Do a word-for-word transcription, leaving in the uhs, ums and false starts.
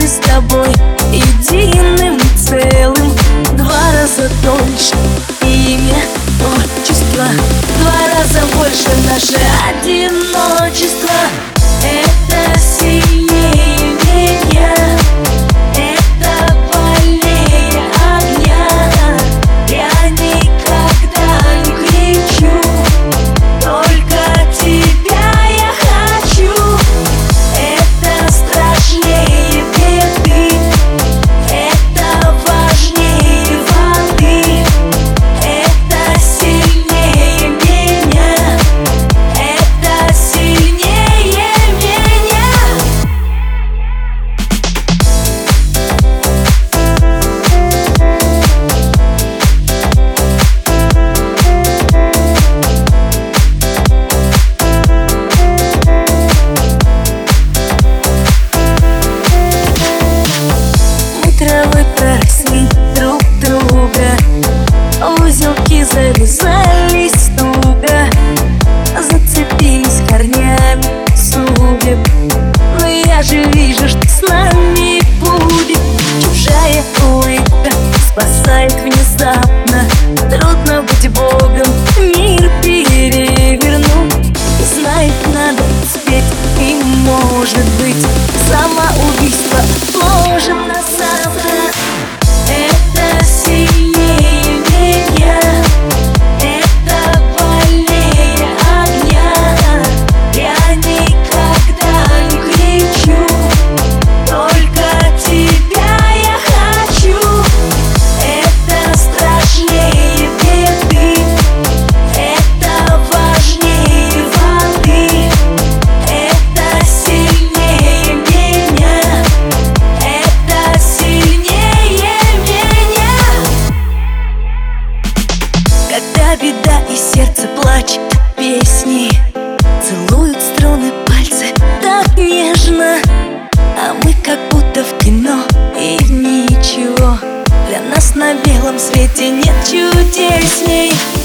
с тобой единым целым. Два раза тоньше имя, отчество, два раза больше наше одиночество. Это сильнее меня, это больнее огня. Я никогда не кричу, только тебя я хочу. Это страшнее беды, это важнее воды. Это сильнее меня, это сильнее меня. Мы травой проросли друг друга, узелки завязались туго, зацепились корнями судеб. Но я же вижу, что с нами будет. Чужая улыбка спасает внезапно. Трудно быть Богом, мир перевернуть. Знает, надо спеть, и может быть самоубийство отложим на завтра. Это сильнее меня, это больнее огня. Я никогда не кричу, только тебя я хочу. Это страшнее беды, это важнее воды. Это сильнее меня, это сильнее меня. Когда беда и сердце плачет песни, целуют струны пальцы так нежно. А мы как будто в кино, и ничего. Для нас на белом свете нет чудесней.